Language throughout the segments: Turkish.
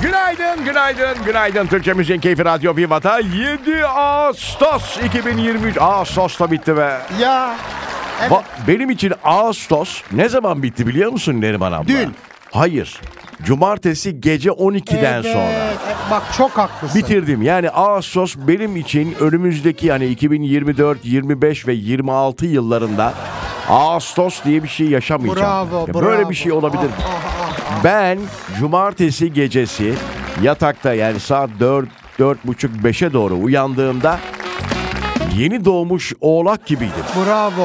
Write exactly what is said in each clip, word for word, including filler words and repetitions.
Günaydın, günaydın, günaydın. Türkçe Müziğin Keyfi Radyo Viva'da yedi Ağustos iki bin yirmi üç. Ağustos da bitti be. Ya. Evet. Va- benim için Ağustos ne zaman bitti biliyor musun Neriman abla? Dün. Hayır. Cumartesi gece on ikiden Evet, sonra. evet. Bak çok haklısın. Bitirdim. Yani Ağustos benim için önümüzdeki yani iki bin yirmi dört, yirmi beş ve yirmi altı yıllarında Ağustos diye bir şey yaşamayacağım. Bravo, Ya bravo. Böyle bir şey olabilir. Ah, ah, ah. Ben cumartesi gecesi yatakta yani saat dört, dört buçuk, beşe doğru uyandığımda yeni doğmuş oğlak gibiydim. Bravo.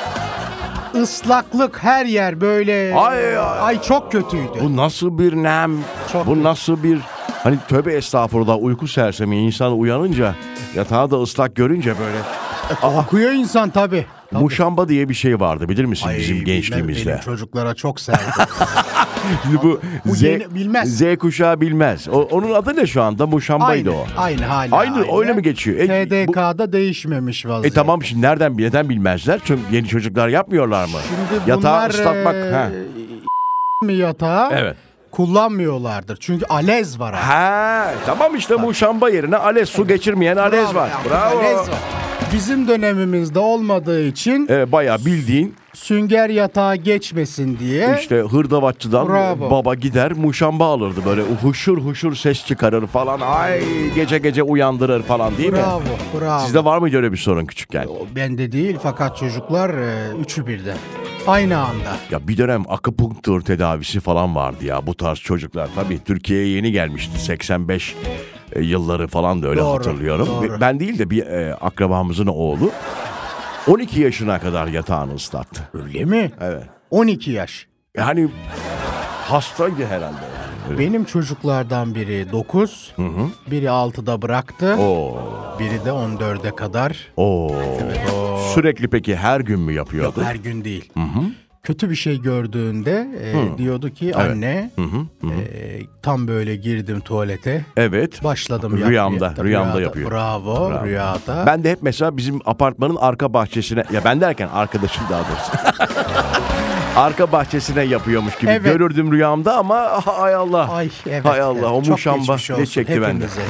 Islaklık her yer böyle. Ay, ay. Ay çok kötüydü. Bu nasıl bir nem? Çok bu kötü. nasıl bir hani tövbe estağfurullah uyku sersemi insan uyanınca yatağı da ıslak görünce böyle Okuyor insan tabii. Tabii. muşamba diye bir şey vardı bilir misin Ay, bizim bilmem, gençliğimizde? Benim çocuklara çok serdi. Şimdi bu, Bu Z, yeni- bilmez. Z kuşağı bilmez. O, onun adı ne şu anda? Muşambaydı aynı, o. aynı hala. Aynı, öyle mi geçiyor? E, T D K'da değişmemiş E vaziyette. tamam şimdi nereden neden bilmezler? Çünkü yeni çocuklar yapmıyorlar mı? Şimdi Yatağı bunlar ıslatmak. eee, Ha. mi yatağı Evet. kullanmıyorlardır. Çünkü alez var. abi. Ha, tamam işte muşamba yerine alez su geçirmeyen alez Bravo var. ya, Bravo. alez var. Bizim dönemimizde olmadığı için Evet, bayağı bildiğin sünger yatağa geçmesin diye işte hırdavatçıdan Bravo. baba gider muşamba alırdı böyle huşur huşur ses çıkarır falan. Ay gece gece uyandırır falan değil mi? bravo, bravo. Sizde var mıydı öyle bir sorun küçükken? O bende değil fakat çocuklar e, üçü birden. Aynı anda. Ya bir dönem akupunktur tedavisi falan vardı ya bu tarz çocuklar. Tabii Türkiye'ye yeni gelmişti seksen beş e, yılları falan da öyle Doğru, hatırlıyorum. doğru. Ben değil de bir e, akrabamızın oğlu on iki yaşına kadar yatağını ıslattı. Öyle mi? Evet. on iki yaş. Yani hastaydı herhalde. Yani. Benim çocuklardan biri dokuz, biri altıda bıraktı, Oo. biri de on dörde kadar. Oo. O Sürekli peki her gün mü yapıyordu? her gün değil. Kötü bir şey gördüğünde e, diyordu ki anne e, tam böyle girdim tuvalete. Evet. Başladım Rüyamda, yapmaya. rüyamda yapıyor. Bravo, Bravo. rüyada. Ben de hep mesela bizim apartmanın arka bahçesine, ya ben derken arkadaşım daha doğrusu. Arka bahçesine yapıyormuş gibi Evet. görürdüm rüyamda ama ah, ay Allah. Ay evet. Hay Allah, evet. o Çok muşamba geçmiş ne olsun. çekti bende. Hepimize,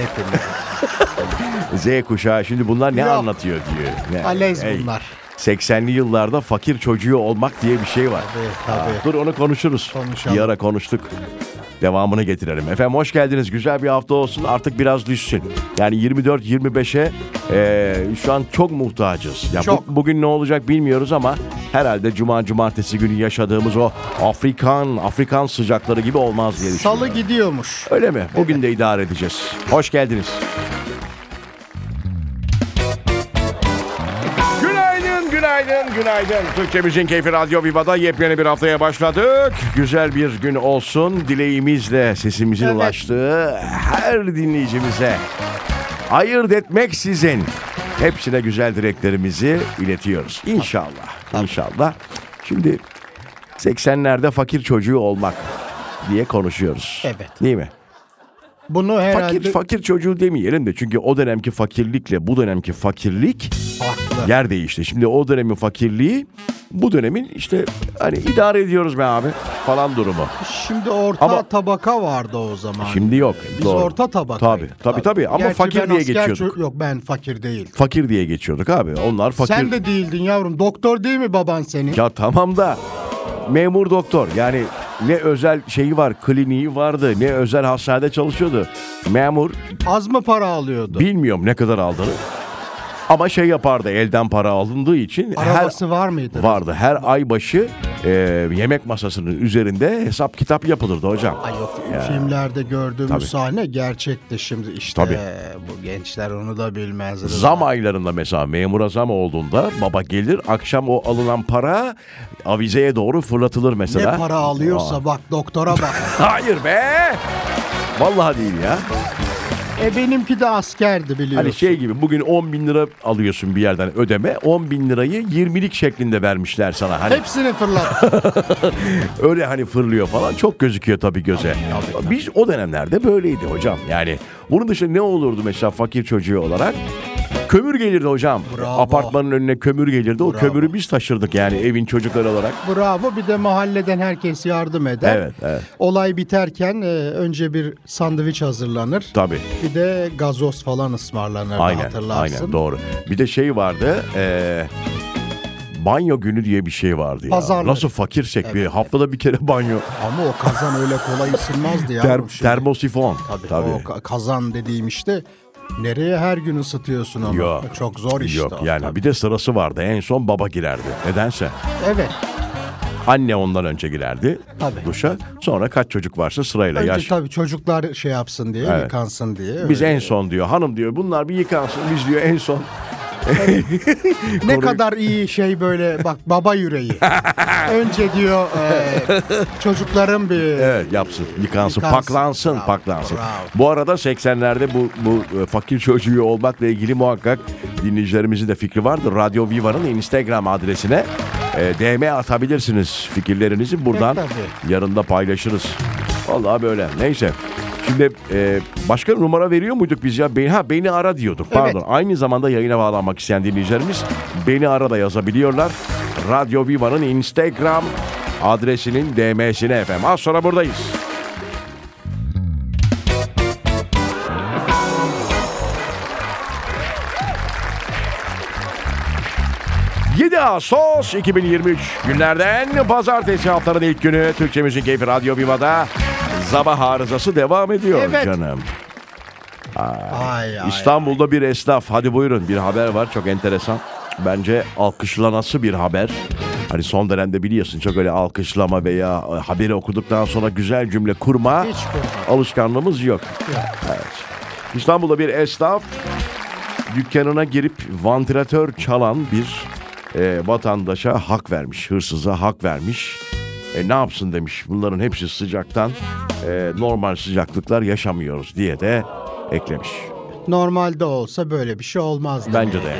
hepimize. Z kuşağı şimdi bunlar ne Yok. anlatıyor diyor. Ne? Alez Hey, bunlar. seksenli yıllarda fakir çocuğu olmak diye bir şey var. Tabii, tabii. Dur onu konuşuruz. Konuşalım. Bir ara konuştuk. Devamını getirelim. Efendim hoş geldiniz. Güzel bir hafta olsun. Artık biraz düşsün. Yani yirmi dört yirmi beşe e, şu an çok muhtacız. Ya Çok. bu- bugün ne olacak bilmiyoruz ama herhalde cuma cumartesi günü yaşadığımız o Afrikan Afrikan sıcakları gibi olmaz diye düşünüyorum. Salı gidiyormuş. Öyle mi? Bugün de idare edeceğiz. Hoş geldiniz. Günaydın, günaydın, günaydın. Türkçe Müziğin Keyfi Radyo Viva'da yepyeni bir haftaya başladık. Güzel bir gün olsun. Dileğimizle sesimizin Evet. ulaştığı her dinleyicimize ayırt etmeksizin hepsine güzel dileklerimizi iletiyoruz. İnşallah, inşallah. Şimdi seksenlerde fakir çocuğu olmak diye konuşuyoruz. Evet. Değil mi? Bunu herhalde Fakir fakir çocuğu demeyelim de çünkü o dönemki fakirlikle bu dönemki fakirlik farklı. yer değişti. Şimdi o dönemin fakirliği bu dönemin işte hani idare ediyoruz be abi falan durumu. Şimdi orta Ama- tabaka vardı o zaman. Şimdi yok. Biz Doğru. orta tabakaydık. Tabii tabii tabii ama Gerçi fakir ben diye asker geçiyorduk. ço- Yok ben fakir değildim. Fakir diye geçiyorduk abi. Onlar fakir. Sen de değildin yavrum. Doktor değil mi baban senin? Ya tamam da memur doktor yani ne özel şeyi var, kliniği vardı, ne özel hastanede çalışıyordu. Memur Az mı para alıyordu? bilmiyorum ne kadar aldığını. Ama şey yapardı elden para alındığı için Arabası var mıydı? her vardı. Her ay başı e, yemek masasının üzerinde hesap kitap yapılırdı hocam. Ay o fi- filmlerde gördüğümüz Tabii. sahne gerçekti şimdi işte Tabii. bu gençler onu da bilmezler. Zam aylarında mesela memura zam olduğunda baba gelir akşam o alınan para avizeye doğru fırlatılır mesela. Ne para alıyorsa Aa. bak doktora bak. Hayır be! Vallahi değil ya. E benimki de askerdi biliyorsun. Hani şey gibi bugün on bin lira alıyorsun bir yerden ödeme. on bin lirayı yirmilik şeklinde vermişler sana. Hani Hepsini fırlat. öyle hani fırlıyor falan. Çok gözüküyor tabii göze. Biz o dönemlerde böyleydi hocam. Yani bunun dışında ne olurdu mesela fakir çocuğu olarak? Kömür gelirdi hocam. Bravo. Apartmanın önüne kömür gelirdi. O Bravo. kömürü biz taşırdık yani evin çocukları olarak. Bravo. Bir de mahalleden herkes yardım eder. Evet, evet. Olay biterken e, önce bir sandviç hazırlanır. Tabii. Bir de gazoz falan ısmarlanır. Aynen, hatırlarsın. aynen doğru. Bir de şey vardı. Eee banyo günü diye bir şey vardı ya. Pazarlık. Nasıl fakirsek Evet, bir haftada bir kere banyo. Ama o kazan öyle kolay ısınmazdı ya. Ter, termosifon. Tabii, Tabii. o ka- kazan dediğim işte nereye her gün ısıtıyorsun onu. Yok. Çok zor işte. Yok o, yani tabii. bir de sırası vardı. En son baba girerdi. Nedense. Evet. Anne ondan önce girerdi Tabii. duşa. Sonra kaç çocuk varsa sırayla. Önce Yaş. tabii çocuklar şey yapsın diye, Evet. yıkansın diye. Biz öyle. en son diyor. Hanım diyor bunlar bir yıkansın. Biz diyor en son. Ne Konuyu- kadar iyi şey böyle bak baba yüreği. Önce diyor e, çocukların bir Evet yapsın, yıkansın, Yıkansın. paklansın, Bravo, paklansın. bravo. Bu arada seksenlerde bu bu e, fakir çocuğu olmakla ilgili muhakkak dinleyicilerimizin de fikri vardır. Radyo Viva'nın Instagram adresine e, D M atabilirsiniz fikirlerinizi. Buradan Evet, tabii. yarın da paylaşırız. Vallahi böyle. Neyse. Şimdi e, başka numara veriyor muyduk biz ya? Beni, ha beni ara diyorduk. Pardon. Evet. Aynı zamanda yayına bağlanmak isteyen dinleyicilerimiz beni ara da yazabiliyorlar. Radyo Viva'nın Instagram adresinin D M'sine efendim. Az sonra buradayız. yedi Ağustos iki bin yirmi üç günlerden pazartesi, haftanın ilk günü. Türkçe Müzik Keyfi Radyo Viva'da sabah arızası devam ediyor Evet. canım. ay, ay, İstanbul'da bir esnaf, hadi buyurun, bir haber var çok enteresan. Bence alkışlanası bir haber. Hani son dönemde biliyorsun çok öyle alkışlama veya haberi okuduktan sonra güzel cümle kurma Hiç kurma. alışkanlığımız yok. Evet. İstanbul'da bir esnaf dükkanına girip vantilatör çalan bir e, vatandaşa hak vermiş. Hırsıza hak vermiş. E, ne yapsın demiş. Bunların hepsi sıcaktan e, normal sıcaklıklar yaşamıyoruz diye de eklemiş. Normalde olsa böyle bir şey olmazdı. Bence de.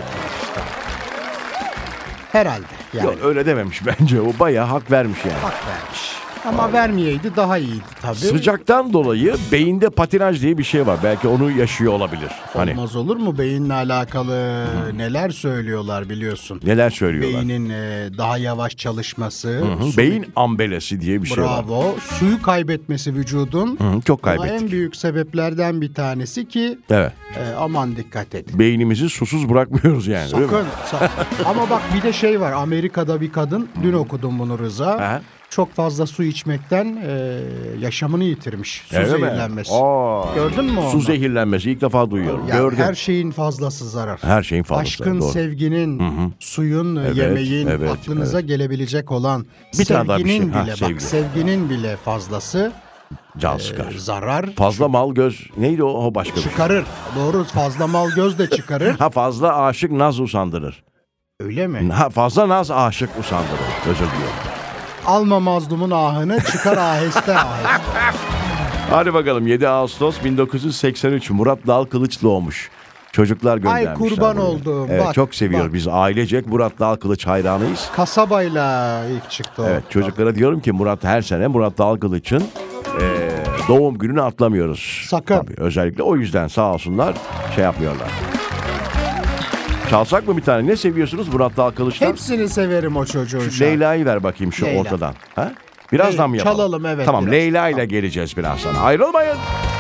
Herhalde yani. Yok öyle dememiş bence. O bayağı hak vermiş yani. Hak vermiş. Ama vermeyeydi daha iyiydi tabii. Sıcaktan dolayı beyinde patinaj diye bir şey var. Belki onu yaşıyor olabilir. Hani Olmaz olur mu? Beyinle alakalı neler söylüyorlar biliyorsun. neler söylüyorlar? Beynin e, daha yavaş çalışması. Hı, su- beyin ambelesi diye bir şey var. Bravo. Suyu kaybetmesi vücudun. Hı, çok Buna kaybettik. en büyük sebeplerden bir tanesi ki Evet. e, aman dikkat edin. Beynimizi susuz bırakmıyoruz yani. değil mi? Sakın. sa- Ama bak bir de şey var. Amerika'da bir kadın, dün okudum bunu Rıza. Aha. Çok fazla su içmekten e, yaşamını yitirmiş. Su Öyle mi? zehirlenmesi. Aa, Gördün mü onu? Su zehirlenmesi ilk defa duyuyorum. Yani Gördüm. her şeyin fazlası zarar. Her şeyin fazlası. Aşkın, doğru. sevginin, suyun, Evet, yemeğin, evet, aklınıza gelebilecek olan Bir tane daha bir sevginin şey. Ha, bile sevgi. bak sevginin bile fazlası Can e, sıkar. zarar Fazla mal göz neydi o, o başka bir şey. çıkarır. Doğru, fazla mal göz de çıkarır. Ha fazla aşık naz usandırır. Öyle mi? Ha fazla naz aşık usandırır. Özür diliyorum. Alma mazlumun ahını, çıkar aheste aheste. Hadi bakalım yedi Ağustos bin dokuz yüz seksen üç Murat Dal Kılıç doğmuş. Çocuklar göndermişler. kurban buraya. olduğum, Evet, bak, çok seviyoruz. bak. Biz ailecek Murat Dal Kılıç hayranıyız. Kasabayla ilk çıktı o. Evet çocuklara diyorum ki Murat her sene Murat Dal Kılıç'ın eee, doğum gününü atlamıyoruz. Sakın. Tabii, özellikle o yüzden sağ olsunlar şey yapmıyorlar. Çalsak mı bir tane? Ne seviyorsunuz Murat Dal Kılıç'tan? Hepsini severim o çocuğun. Şu şu an. Leyla'yı ver bakayım şu Leyla. ortadan. Ha? Birazdan mı yapalım? Çalalım, evet, Tamam biraz. Leyla ile geleceğiz birazdan. Ayrılmayın.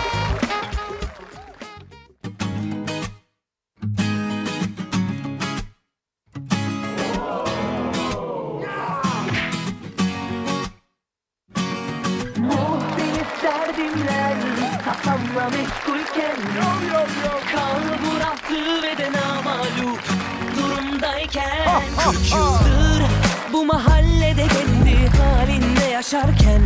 Muhtelif derdimler kafamla meşgulken Kal bıraktı ve de namalup durumdayken Kırk yıldır bu mahallede kendi halinde yaşarken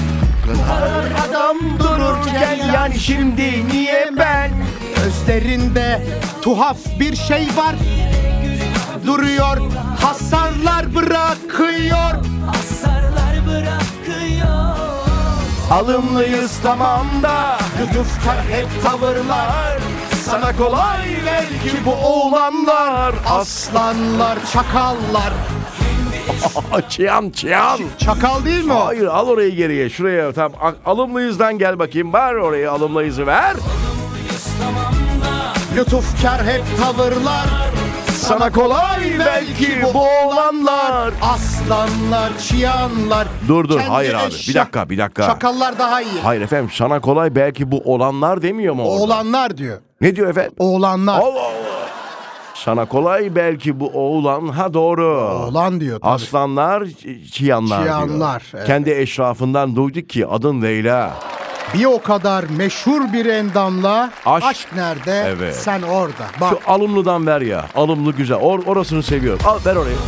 Adam dururken yani şimdi niye ben? Gözlerinde tuhaf bir şey var. Duruyor, hasarlar bırakıyor. hasarlar bırakıyor Alımlıyız tamam da lütufkar hep tavırlar. Sana kolay belki bu oğlanlar. Aslanlar, çakallar. Çıyan çıyan. Çakal değil mi o? Hayır al orayı geriye şuraya. Tamam a- alımlıyızdan gel bakayım. Ver orayı alımlıyızı ver. Lütufkar hep tavırlar. Sana kolay belki bu olanlar. Aslanlar, çıyanlar. Dur dur kendi hayır abi eşya- bir dakika bir dakika. Çakallar daha iyi. Hayır efendim sana kolay belki bu olanlar demiyor mu orada? Oğlanlar diyor. Ne diyor efendim? Oğlanlar. Allah Allah. Sana kolay belki bu oğlan ha doğru. Oğlan diyor tabii. Aslanlar, çıyanlar, Çıyanlar, diyor. evet. Kendi eşrafından duyduk ki adın Leyla. Bir o kadar meşhur bir endamla Aşk. aşk, nerede? Evet. Sen orada. Bak. Şu alımlıdan ver ya. Alımlı güzel. Or orasını seviyorum. Al ver orayı.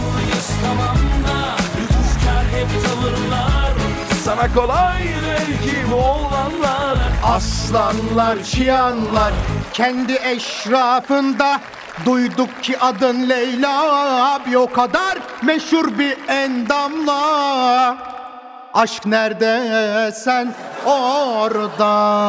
Sana kolay belki bu oğlanlar. Aslanlar, çıyanlar kendi eşrafında duyduk ki adın Leyla. Bir o kadar meşhur bir endamla aşk nerede? Sen orada.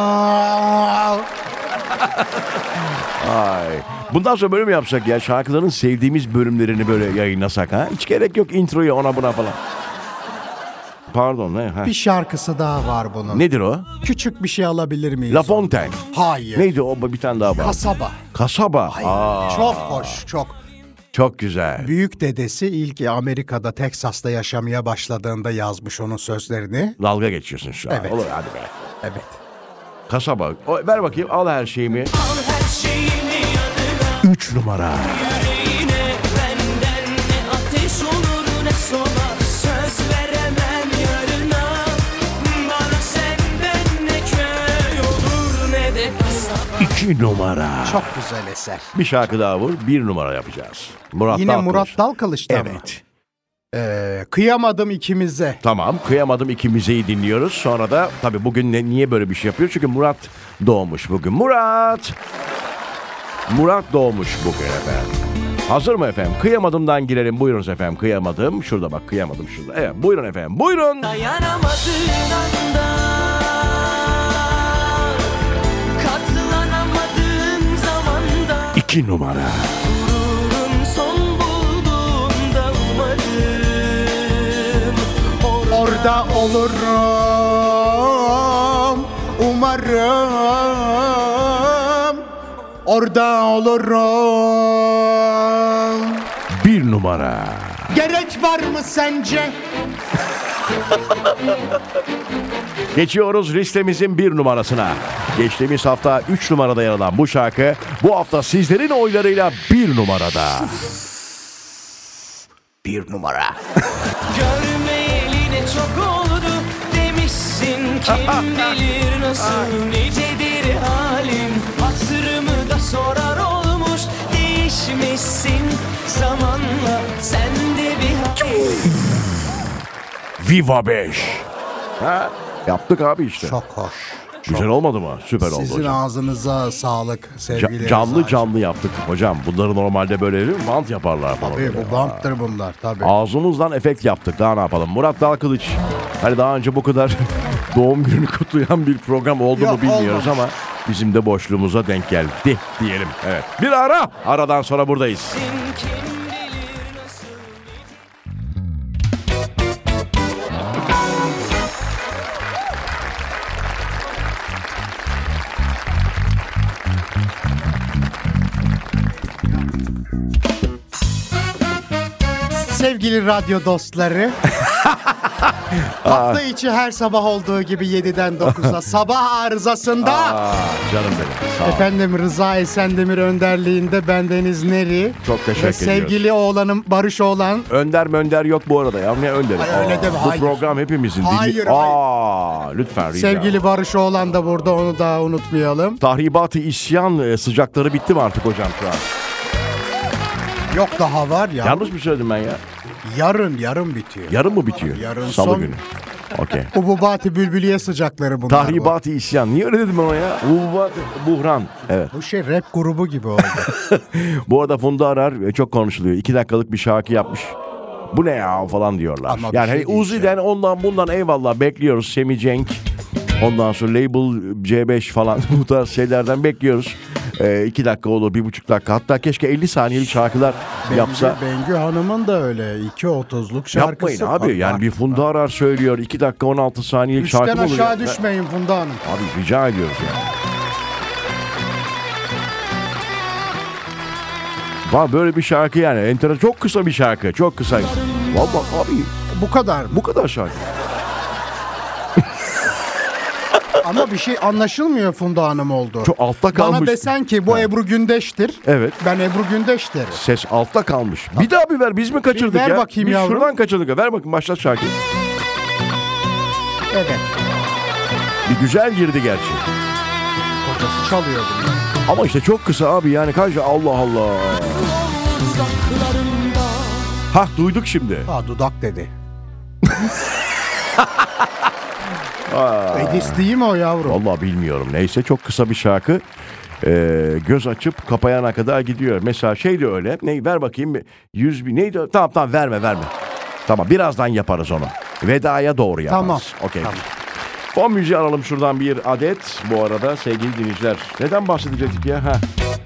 Ay. Bundan sonra böyle mi yapsak ya? Şarkıların sevdiğimiz bölümlerini böyle yayınlasak ha? Hiç gerek yok introya ona buna falan. Pardon ne? Ha. Bir şarkısı daha var bunun. Nedir o? Küçük bir şey alabilir miyiz? La Fontaine. Hayır. Neydi o? Bir tane daha var. Kasaba. Kasaba. Hayır. Aa, Çok hoş, çok. Çok güzel. Büyük dedesi ilk Amerika'da, Teksas'ta yaşamaya başladığında yazmış onun sözlerini. Dalga geçiyorsun şu an. Evet. Olur hadi be. Evet. Kasaba. O, ver bakayım al her şeyimi. Al her şeyimi yanına. Üç numara. Yüreğine benden ne ateş olur ne soba. Söz veremem yarına. Bana senden ne köy olur ne de kasaba. İki numara. Çok güzel eser. Bir şarkı daha vur. Bir numara yapacağız. Murat Yine Dalkılıç. Murat Dalkılıç'tan mı? Evet. Ee, kıyamadım ikimize. Tamam. Kıyamadım ikimizeyi dinliyoruz. Sonra da tabii bugün ne, niye böyle bir şey yapıyor? Çünkü Murat doğmuş bugün. Murat! Murat doğmuş bugün efendim. Hazır mı efendim? Kıyamadım'dan girelim. Buyurunuz efendim. Kıyamadım. Şurada bak kıyamadım şurada. Evet buyurun efendim. Buyurun. Dayanamadığın anda, katlanamadığın zamanda, İki numara. gururun son bulduğunda umarım or- Orada olurum. Umarım. Orada olurum. Bir numara. Gerek var mı sence? Geçiyoruz listemizin bir numarasına. Geçtiğimiz hafta üç numarada yer alan bu şarkı bu hafta sizlerin oylarıyla bir numarada. Bir numara. Görmeyeli ne çok oldu demişsin, kim bilir nasıl nicedir halim. Hatırımı da sorar olmuş, değişmişsin zamanla sen de bir hayli. Viva beş. Ha? Yaptık abi işte. Çok hoş. Güzel olmadı mı? Süper oldu Sizin hocam. ağzınıza sağlık Ca- sevgili canlı Rıza'cığım. canlı yaptık hocam. Bunları normalde böyle değil mi? Bant yaparlar falan. Tabii böyle. bu banttır bunlar tabii. Ağzımızdan efekt yaptık. Daha ne yapalım? Murat Dalkılıç. Hani daha önce bu kadar doğum gününü kutlayan bir program oldu Yok, mu bilmiyoruz olmamış. ama bizim de boşluğumuza denk geldi diyelim. Evet. Bir ara. Aradan sonra buradayız. Kim bilir nasıl. Sevgili radyo dostları. Hafta içi her sabah olduğu gibi yediden dokuza sabah arızasında. Aa, canım benim. Sağ ol. Efendim Rıza Esendemir önderliğinde bendeniz Neri. Çok teşekkür Ve ediyoruz. sevgili oğlanım Barış Oğlan. Önder mönder yok bu arada ya. Ne önderi? Ay, öyle Aa, deme, bu hayır. program hepimizin. Hayır, Dinli- hayır. Aa, lütfen rica. Sevgili Barış Oğlan da burada, onu da unutmayalım. Tahribat-ı isyan e, sıcakları bitti mi artık hocam şu an? Yok daha var ya. Yanlış mı söyledim ben ya? Yarın yarın bitiyor. Yarın mı bitiyor? Yarın Salı son- günü. Okey. Ububati Bülbüliye sıcakları bunlar. bu. Tahribat-ı isyan. Niye öyle dedim ben ona ya? Uvat, buhran. Evet. Bu şey rap grubu gibi oldu. Bu arada Funda Arar e, çok konuşuluyor. İki dakikalık bir şarkı yapmış. Bu ne ya falan diyorlar. Ama bir yani şey hani değil Uzi'den ya. ondan bundan eyvallah bekliyoruz. Semih Cenk. Ondan sonra Label C beş falan bu tarz şeylerden bekliyoruz. Ee, iki dakika olur, bir buçuk dakika. Hatta keşke elli saniyelik şarkılar yapsa. Bengü, Bengü Hanım'ın da öyle iki otuzluk şarkısı. Yapmayın abi. Bak, Yani bak, bir Funda Arar söylüyor. iki dakika on altı saniyelik Üçten şarkı mı olur? aşağı ya? düşmeyin Funda Hanım. Abi rica ediyoruz ya. Var böyle bir şarkı yani. Enteresan, çok kısa bir şarkı. Çok kısa. Vallahi abi Bu kadar mı? bu kadar şarkı. Ama bir şey anlaşılmıyor Funda Hanım oldu. Çok altta kalmış. Bana desen ki bu Ebru Gündeş'tir. Evet. Ben Ebru Gündeş derim. Ses altta kalmış. Bir daha bir ver. Biz mi kaçırdık Bir ver ya? bakayım Biz yavrum. şuradan kaçırdık. Ver bakayım, başlat şarkıyı. Evet. Bir güzel girdi gerçi. Kocası çalıyor bunu. Ama işte çok kısa abi yani kaç Allah Allah. Hah duyduk şimdi. Ha dudak dedi. Edis değil mi o yavrum? Vallahi bilmiyorum. Neyse çok kısa bir şarkı. Ee, göz açıp kapayana kadar gidiyor. Mesela şey de öyle. Ne, ver bakayım. yüz bin neydi? Tamam tamam verme verme. Tamam birazdan yaparız onu. Vedaya doğru yaparız. Tamam. Okey. Tamam. Fon müziği alalım şuradan bir adet. Bu arada sevgili dinleyiciler. Neden bahsedecektik ya? Ha.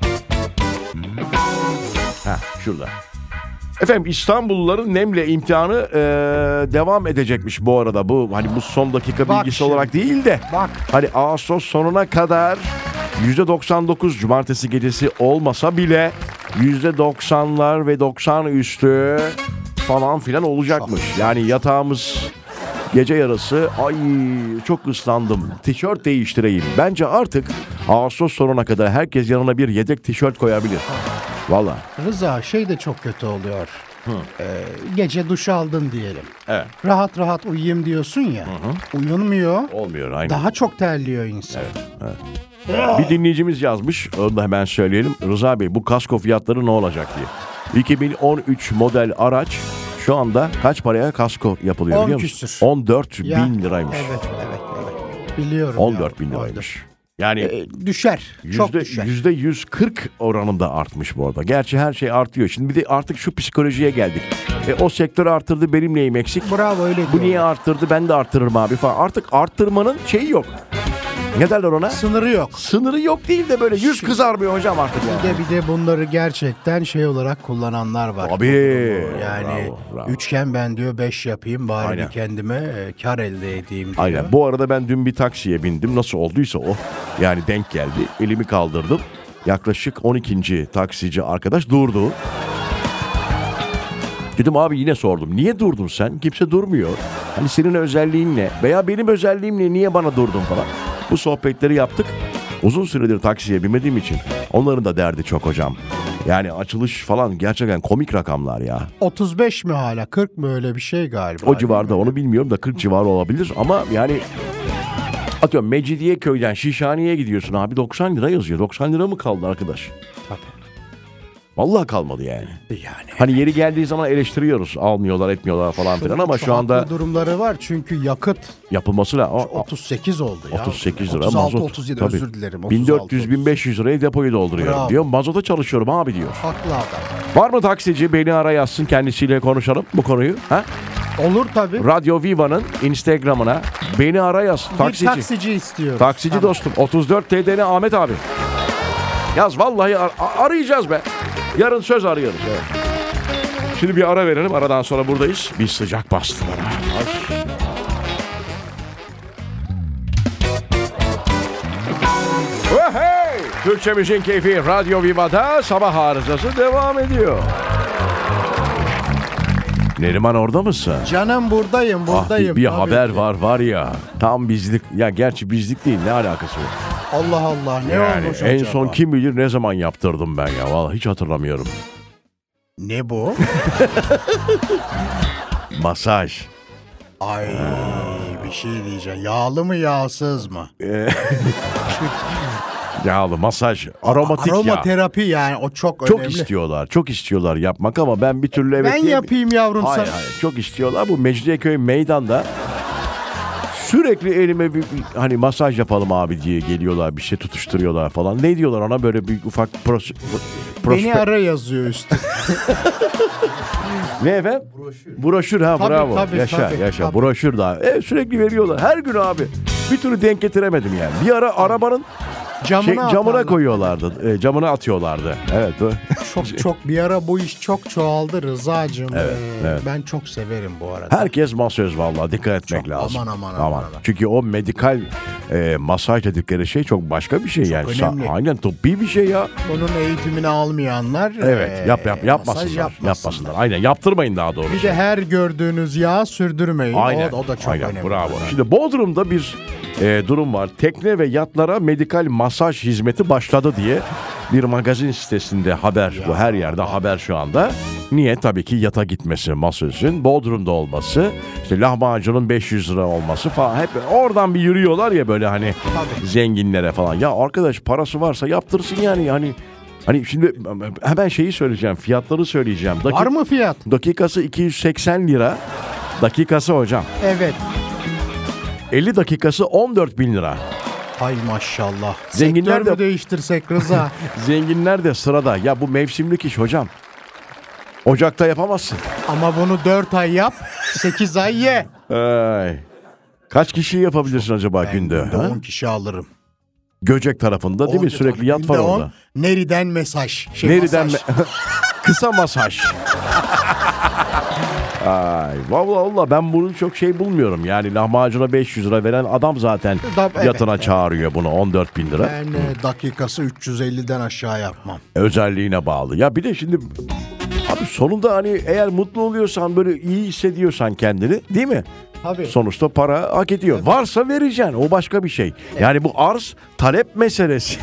Ha şurada. Efendim İstanbulluların nemle imtihanı e, devam edecekmiş bu arada. Bu hani bu son dakika Bak bilgisi şimdi. olarak değil de. Bak. Hani Ağustos sonuna kadar yüzde doksan dokuz cumartesi gecesi olmasa bile yüzde doksanlar ve doksan üstü falan filan olacakmış. Yani yatağımız gece yarısı ay çok ıslandım. Tişört değiştireyim. Bence artık Ağustos sonuna kadar herkes yanına bir yedek tişört koyabilir. Valla. Rıza şey de çok kötü oluyor. Ee, gece duş aldın diyelim. Evet. Rahat rahat uyuyayım diyorsun ya. Uyunmuyor. Olmuyor aynen. Daha çok terliyor insan. Bir dinleyicimiz yazmış. Onu da hemen söyleyelim. Rıza Bey bu kasko fiyatları ne olacak diye. iki bin on üç model araç şu anda kaç paraya kasko yapılıyor on biliyor musun? küsür. on dört Ya, bin liraymış. Evet evet evet. Biliyorum. on dört ya, bin orada. liraymış. Yani Ee, düşer. Çok yüzde, düşer. yüzde yüz kırk oranında artmış bu arada. Gerçi her şey artıyor. Şimdi bir de artık şu psikolojiye geldik. E, o sektör arttırdı benim neyim eksik? Bravo öyle Bu diyorlar. niye arttırdı ben de arttırırım abi falan. Artık arttırmanın şeyi yok. Ne derler ona? Sınırı yok. Sınırı yok değil de böyle yüz kızarmıyor hocam artık yani. Bir de bir de bunları gerçekten şey olarak kullananlar var. Tabii. Yani Bravo, bravo. üçgen ben diyor beş yapayım bari Aynen. bir kendime e, kar elde edeyim diyor. Aynen. Bu arada ben dün bir taksiye bindim. Nasıl olduysa o. Yani denk geldi. Elimi kaldırdım. Yaklaşık on ikinci taksici arkadaş durdu. Dedim abi yine sordum. Niye durdun sen? Kimse durmuyor. Hani senin özelliğin ne? Veya benim özelliğim ne? Niye bana durdun falan. Bu sohbetleri yaptık. Uzun süredir taksiye binmediğim için onların da derdi çok hocam. Yani açılış falan gerçekten komik rakamlar ya. otuz beş mi hala kırk mı öyle bir şey galiba. O civarda onu bilmiyorum da kırk civarı olabilir ama yani atıyorum Mecidiyeköy'den Şişhane'ye gidiyorsun abi doksan lira yazıyor. doksan lira mı kaldı arkadaş? Tabii. Vallahi kalmadı yani. Yani. Hani yeri geldiği zaman eleştiriyoruz. Almıyorlar etmiyorlar falan filan ama şu anda haklı durumları var çünkü yakıt yapılması lazım. otuz sekiz oldu ya. otuz sekiz lira otuz altı mazot. otuz yedi Tabii. özür dilerim. bin dört yüz bin beş yüz liraya depoyu dolduruyorum Bravo. diyor. Mazota çalışıyorum abi diyor. Haklı adam. Var mı taksici beni ara yazsın kendisiyle konuşalım bu konuyu. Ha? Olur tabii. Radyo Viva'nın Instagram'ına beni ara yaz. Bir Taksici. taksici istiyoruz. Taksici Tamam. dostum. otuz dört T D'ni Ahmet abi. Yaz vallahi ar- a- arayacağız be. Yarın söz arıyoruz. Evet. Şimdi bir ara verelim. Aradan sonra buradayız. Bir sıcak bastı bana. Ay. Oh, hey! Türkçe Müziğin Keyfi Radyo Viva'da sabah arızası devam ediyor. Neriman orada mısın? Canım buradayım Ah, buradayım. bir bir tabii haber ki. var var ya. Tam bizlik. Ya gerçi bizlik değil. Ne alakası var? Allah Allah ne Yani olmuş en acaba? son kim bilir ne zaman yaptırdım ben ya. Vallahi hiç hatırlamıyorum. Ne bu? Masaj. Ay bir şey diyeceğim. Yağlı mı yağsız mı? Yağlı masaj. Aromatik ya. Aromaterapi yani o çok, Çok önemli. istiyorlar. Çok istiyorlar yapmak ama ben bir türlü evet Ben diyem- yapayım yavrum Hayır sana. hayır. Çok istiyorlar. Bu Mecidiyeköy meydanda sürekli elime bir, bir hani masaj yapalım abi diye geliyorlar. Bir şey tutuşturuyorlar falan. Ne diyorlar ona böyle bir ufak pros, Beni prospe- ara yazıyor üstü. Ne efendim? Broşür. Broşür ha Tabii, bravo. tabii, yaşa tabii, yaşa. tabii. Broşür daha. E, sürekli veriyorlar. Her gün abi. Bir türlü denk getiremedim yani. Bir ara arabanın Camına, şey, camına atarlar. koyuyorlardı. E, camına atıyorlardı. Evet. bu- Çok çok bir ara bu iş çok çoğaldı Rıza'cığım. Evet, Ee, evet. Ben çok severim bu arada. Herkes masöz vallahi. Dikkat etmek Çok, lazım. aman, aman, aman, aman. Çünkü o medikal e, masaj dedikleri şey çok başka bir şey yani. önemli. Aynen tıbbi bir şey ya. Bunun eğitimini almayanlar Evet, yap yap e, yapmasınlar. masaj yapmasınlar. Yapmasınlar. Aynen, yaptırmayın daha doğrusu. Bir de her gördüğünüz yağı sürdürmeyin. Aynen. O, o da çok Aynen, önemli. bravo. Şimdi Bodrum'da bir e, durum var. Tekne ve yatlara medikal masaj hizmeti başladı diye bir magazin sitesinde haber. Ya. Bu her yerde haber şu anda. Niye? Tabii ki yata gitmesi masajın, Bodrum'da olması, işte lahmacunun beş yüz lira olması falan. Hep oradan bir yürüyorlar ya böyle hani Tabii. zenginlere falan. Ya arkadaş, parası varsa yaptırsın yani. Hani hani şimdi hemen şeyi söyleyeceğim. Fiyatları söyleyeceğim. Daki- Var mı fiyat? Dakikası iki yüz seksen lira. Dakikası hocam. Evet. elli dakikası on dört bin lira. Hay maşallah. Zenginler Sektör mü de- değiştirsek Rıza? Zenginler de sırada. Ya bu mevsimlik iş hocam. Ocakta yapamazsın. Ama bunu dört ay yap, sekiz ay ye. Ay. Kaç kişi yapabilirsin acaba Ben günde? günde ha? on kişi alırım. Göcek tarafında değil mi? On- Sürekli yat günde var on, orada. Nereden mesaj? Şey, Nereden masaj. me- Kısa masaj. Ay, vallahi Allah, ben bunu çok şey bulmuyorum. Yani lahmacuna beş yüz lira veren adam zaten Da- evet, yatına evet. çağırıyor bunu on dört bin lira. Ben e, dakikası üç yüz elliden aşağı yapmam. Özelliğine bağlı. Ya bir de şimdi abi sonunda hani eğer mutlu oluyorsan, böyle iyi hissediyorsan kendini, değil mi? Tabii. Sonuçta para hak ediyor. Varsa vereceksin. O başka bir şey. Yani bu arz talep meselesi.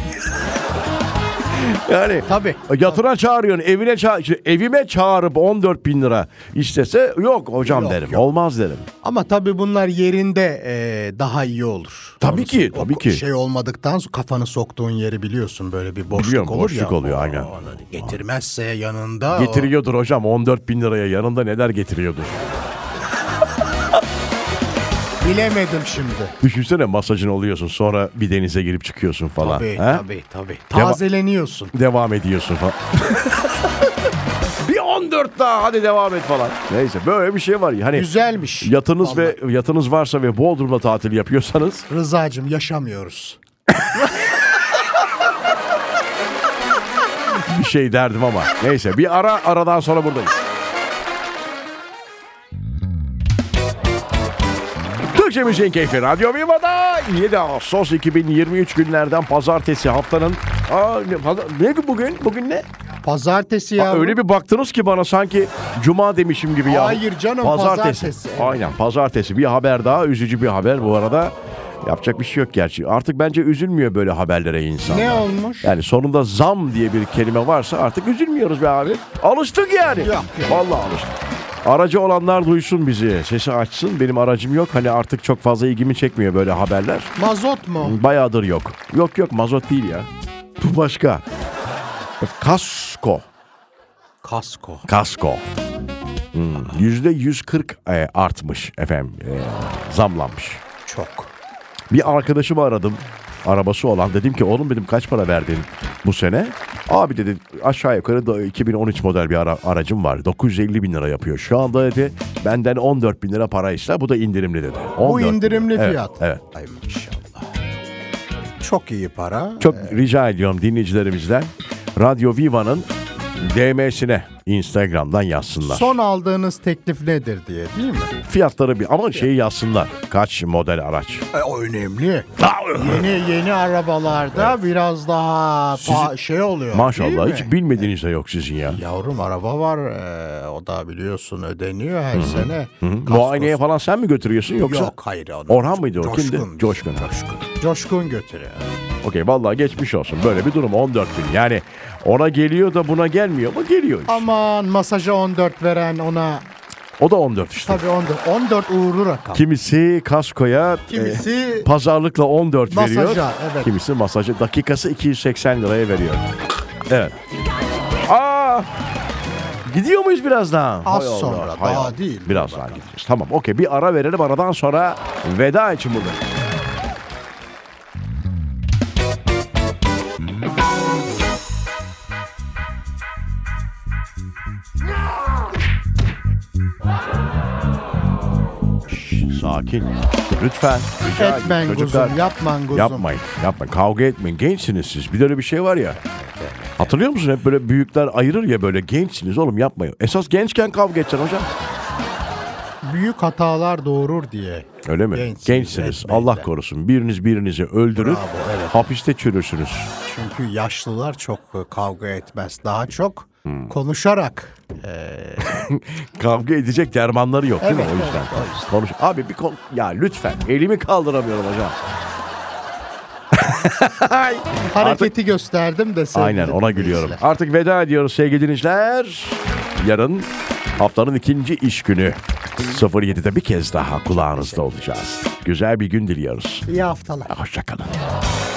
Yani Tabii. yatıra çağırıyorsun, evine ça- işte evime çağırıp on dört bin lira istese yok hocam Yok, derim. yok. Olmaz derim. Ama tabii bunlar yerinde e, daha iyi olur. Tabii Onu- ki, o tabii ki. Şey olmadıktan sonra kafanı soktuğun yeri biliyorsun, böyle bir boşluk Biliyorum, olur boşluk ya. oluyor, aynen. Onu getirmezse yanında. Getiriyordur hocam, on dört bin liraya yanında neler getiriyordur. o- bilemedim şimdi. Düşünsene, masajın oluyorsun, sonra bir denize girip çıkıyorsun falan. Tabii He? tabii tabii. Tazeleniyorsun. Devam ediyorsun falan. Bir on dört daha hadi devam et falan. Neyse, böyle bir şey var ya. Hani Güzelmiş. yatınız Vallahi. ve yatınız varsa ve Bodrum'da tatil yapıyorsanız Rıza'cığım yaşamıyoruz. bir şey derdim ama. Neyse, bir ara, aradan sonra buradayız. Türkçe Müziğin Keyfi Radyo Viva'da yedi Ağustos iki bin yirmi üç günlerden pazartesi, haftanın aa, ne, pazar- ne bugün? Bugün ne? Pazartesi ya. Aa, öyle bir baktınız ki bana sanki cuma demişim gibi ya. Hayır canım, pazartesi. Aynen, pazartesi. Bir haber daha, üzücü bir haber bu arada. Yapacak bir şey yok gerçi. Artık bence üzülmüyor böyle haberlere insanlar. Ne olmuş? Yani sonunda zam diye bir kelime varsa artık üzülmüyoruz be abi. Alıştık yani. Yok, yok. Vallahi alıştık. Aracı olanlar duysun bizi. Sesi açsın. Benim aracım yok. Hani artık çok fazla ilgimi çekmiyor böyle haberler. Mazot mu? Bayağıdır yok. Yok yok, mazot değil ya. Bu başka. Kasko. Kasko. Kasko. Hmm, yüzde yüz kırk e, artmış efendim. E, zamlanmış. Çok. Bir arkadaşımı aradım. Arabası olan. Dedim ki oğlum, dedim, kaç para verdin bu sene? Abi dedi, aşağı yukarı da iki bin on üç model bir ara, aracım var. dokuz yüz elli bin lira yapıyor. Şu anda dedi benden on dört bin lira para iste. Bu da indirimli dedi. Bu on dört bin indirimli lira. fiyat. Evet, evet. Ay maşallah. Çok iyi para. Çok rica ediyorum dinleyicilerimizden Radyo Viva'nın D M'sine Instagram'dan yazsınlar. Son aldığınız teklif nedir diye, değil mi? Fiyatları bir ama şeyi yazsınlar. Kaç model araç? E, o önemli. Yeni yeni arabalarda biraz daha pa- şey oluyor. Maşallah, değil hiç mi? bilmediğiniz de yok sizin ya. Yavrum araba var. e, o da biliyorsun ödeniyor her sene. Hı? Kaskosu- Muayeneye falan sen mi götürüyorsun yoksa? Yok, hayır. Onu. Orhan mıydı o? Coşkun. Kimdi? Coşkun. Coşkun. Coşkun götürüyor. Okey, vallahi geçmiş olsun. Böyle bir durum, on dört bin. Yani ona geliyor da buna gelmiyor mu? Geliyor işte. Aman masaja on dört veren ona O da on dört işte. tabii on dört. on dört uğurlu rakam. Kimisi kaskoya Kimisi e, pazarlıkla on dört veriyor. masaja, evet. Kimisi masaja dakikası iki yüz seksen liraya veriyor. Evet. Aa! Gidiyor muyuz biraz daha? Az Hay Allah, sonra, hay daha Allah. değil. Biraz daha gideceğiz. Tamam, okey, bir ara verelim, aradan sonra veda için buradayız. Sakin. Lütfen. Rica edeyim. Etmen Çocuklar, kuzum, yapman kuzum. yapmayın. Yapmayın. Kavga etmeyin. Gençsiniz siz. Bir de öyle bir şey var ya. Hatırlıyor musun? Hep böyle büyükler ayırır ya, böyle gençsiniz oğlum, yapmayın. Esas gençken kavga edeceksin hocam. Büyük hatalar doğurur diye Öyle mi? Gençsiniz, Gençsiniz. etmeyin Allah de. korusun. Biriniz birinizi öldürür. Bravo, evet. Hapiste çürürsünüz. Çünkü yaşlılar çok e, kavga etmez. Daha çok Hmm. konuşarak. e, Kavga edecek dermanları yok değil mi? Evet, O yüzden. evet, o yüzden. Konuş. Abi bir kon... Ya lütfen. Elimi kaldıramıyorum hocam. hareketi gösterdim de sevgili Aynen ona gülüyorum. dinleyiciler. Artık veda ediyoruz sevgili dinleyiciler. Yarın haftanın ikinci iş günü sıfır yedide bir kez daha kulağınızda olacağız. Güzel bir gün diliyoruz. İyi haftalar. Hoşça kalın.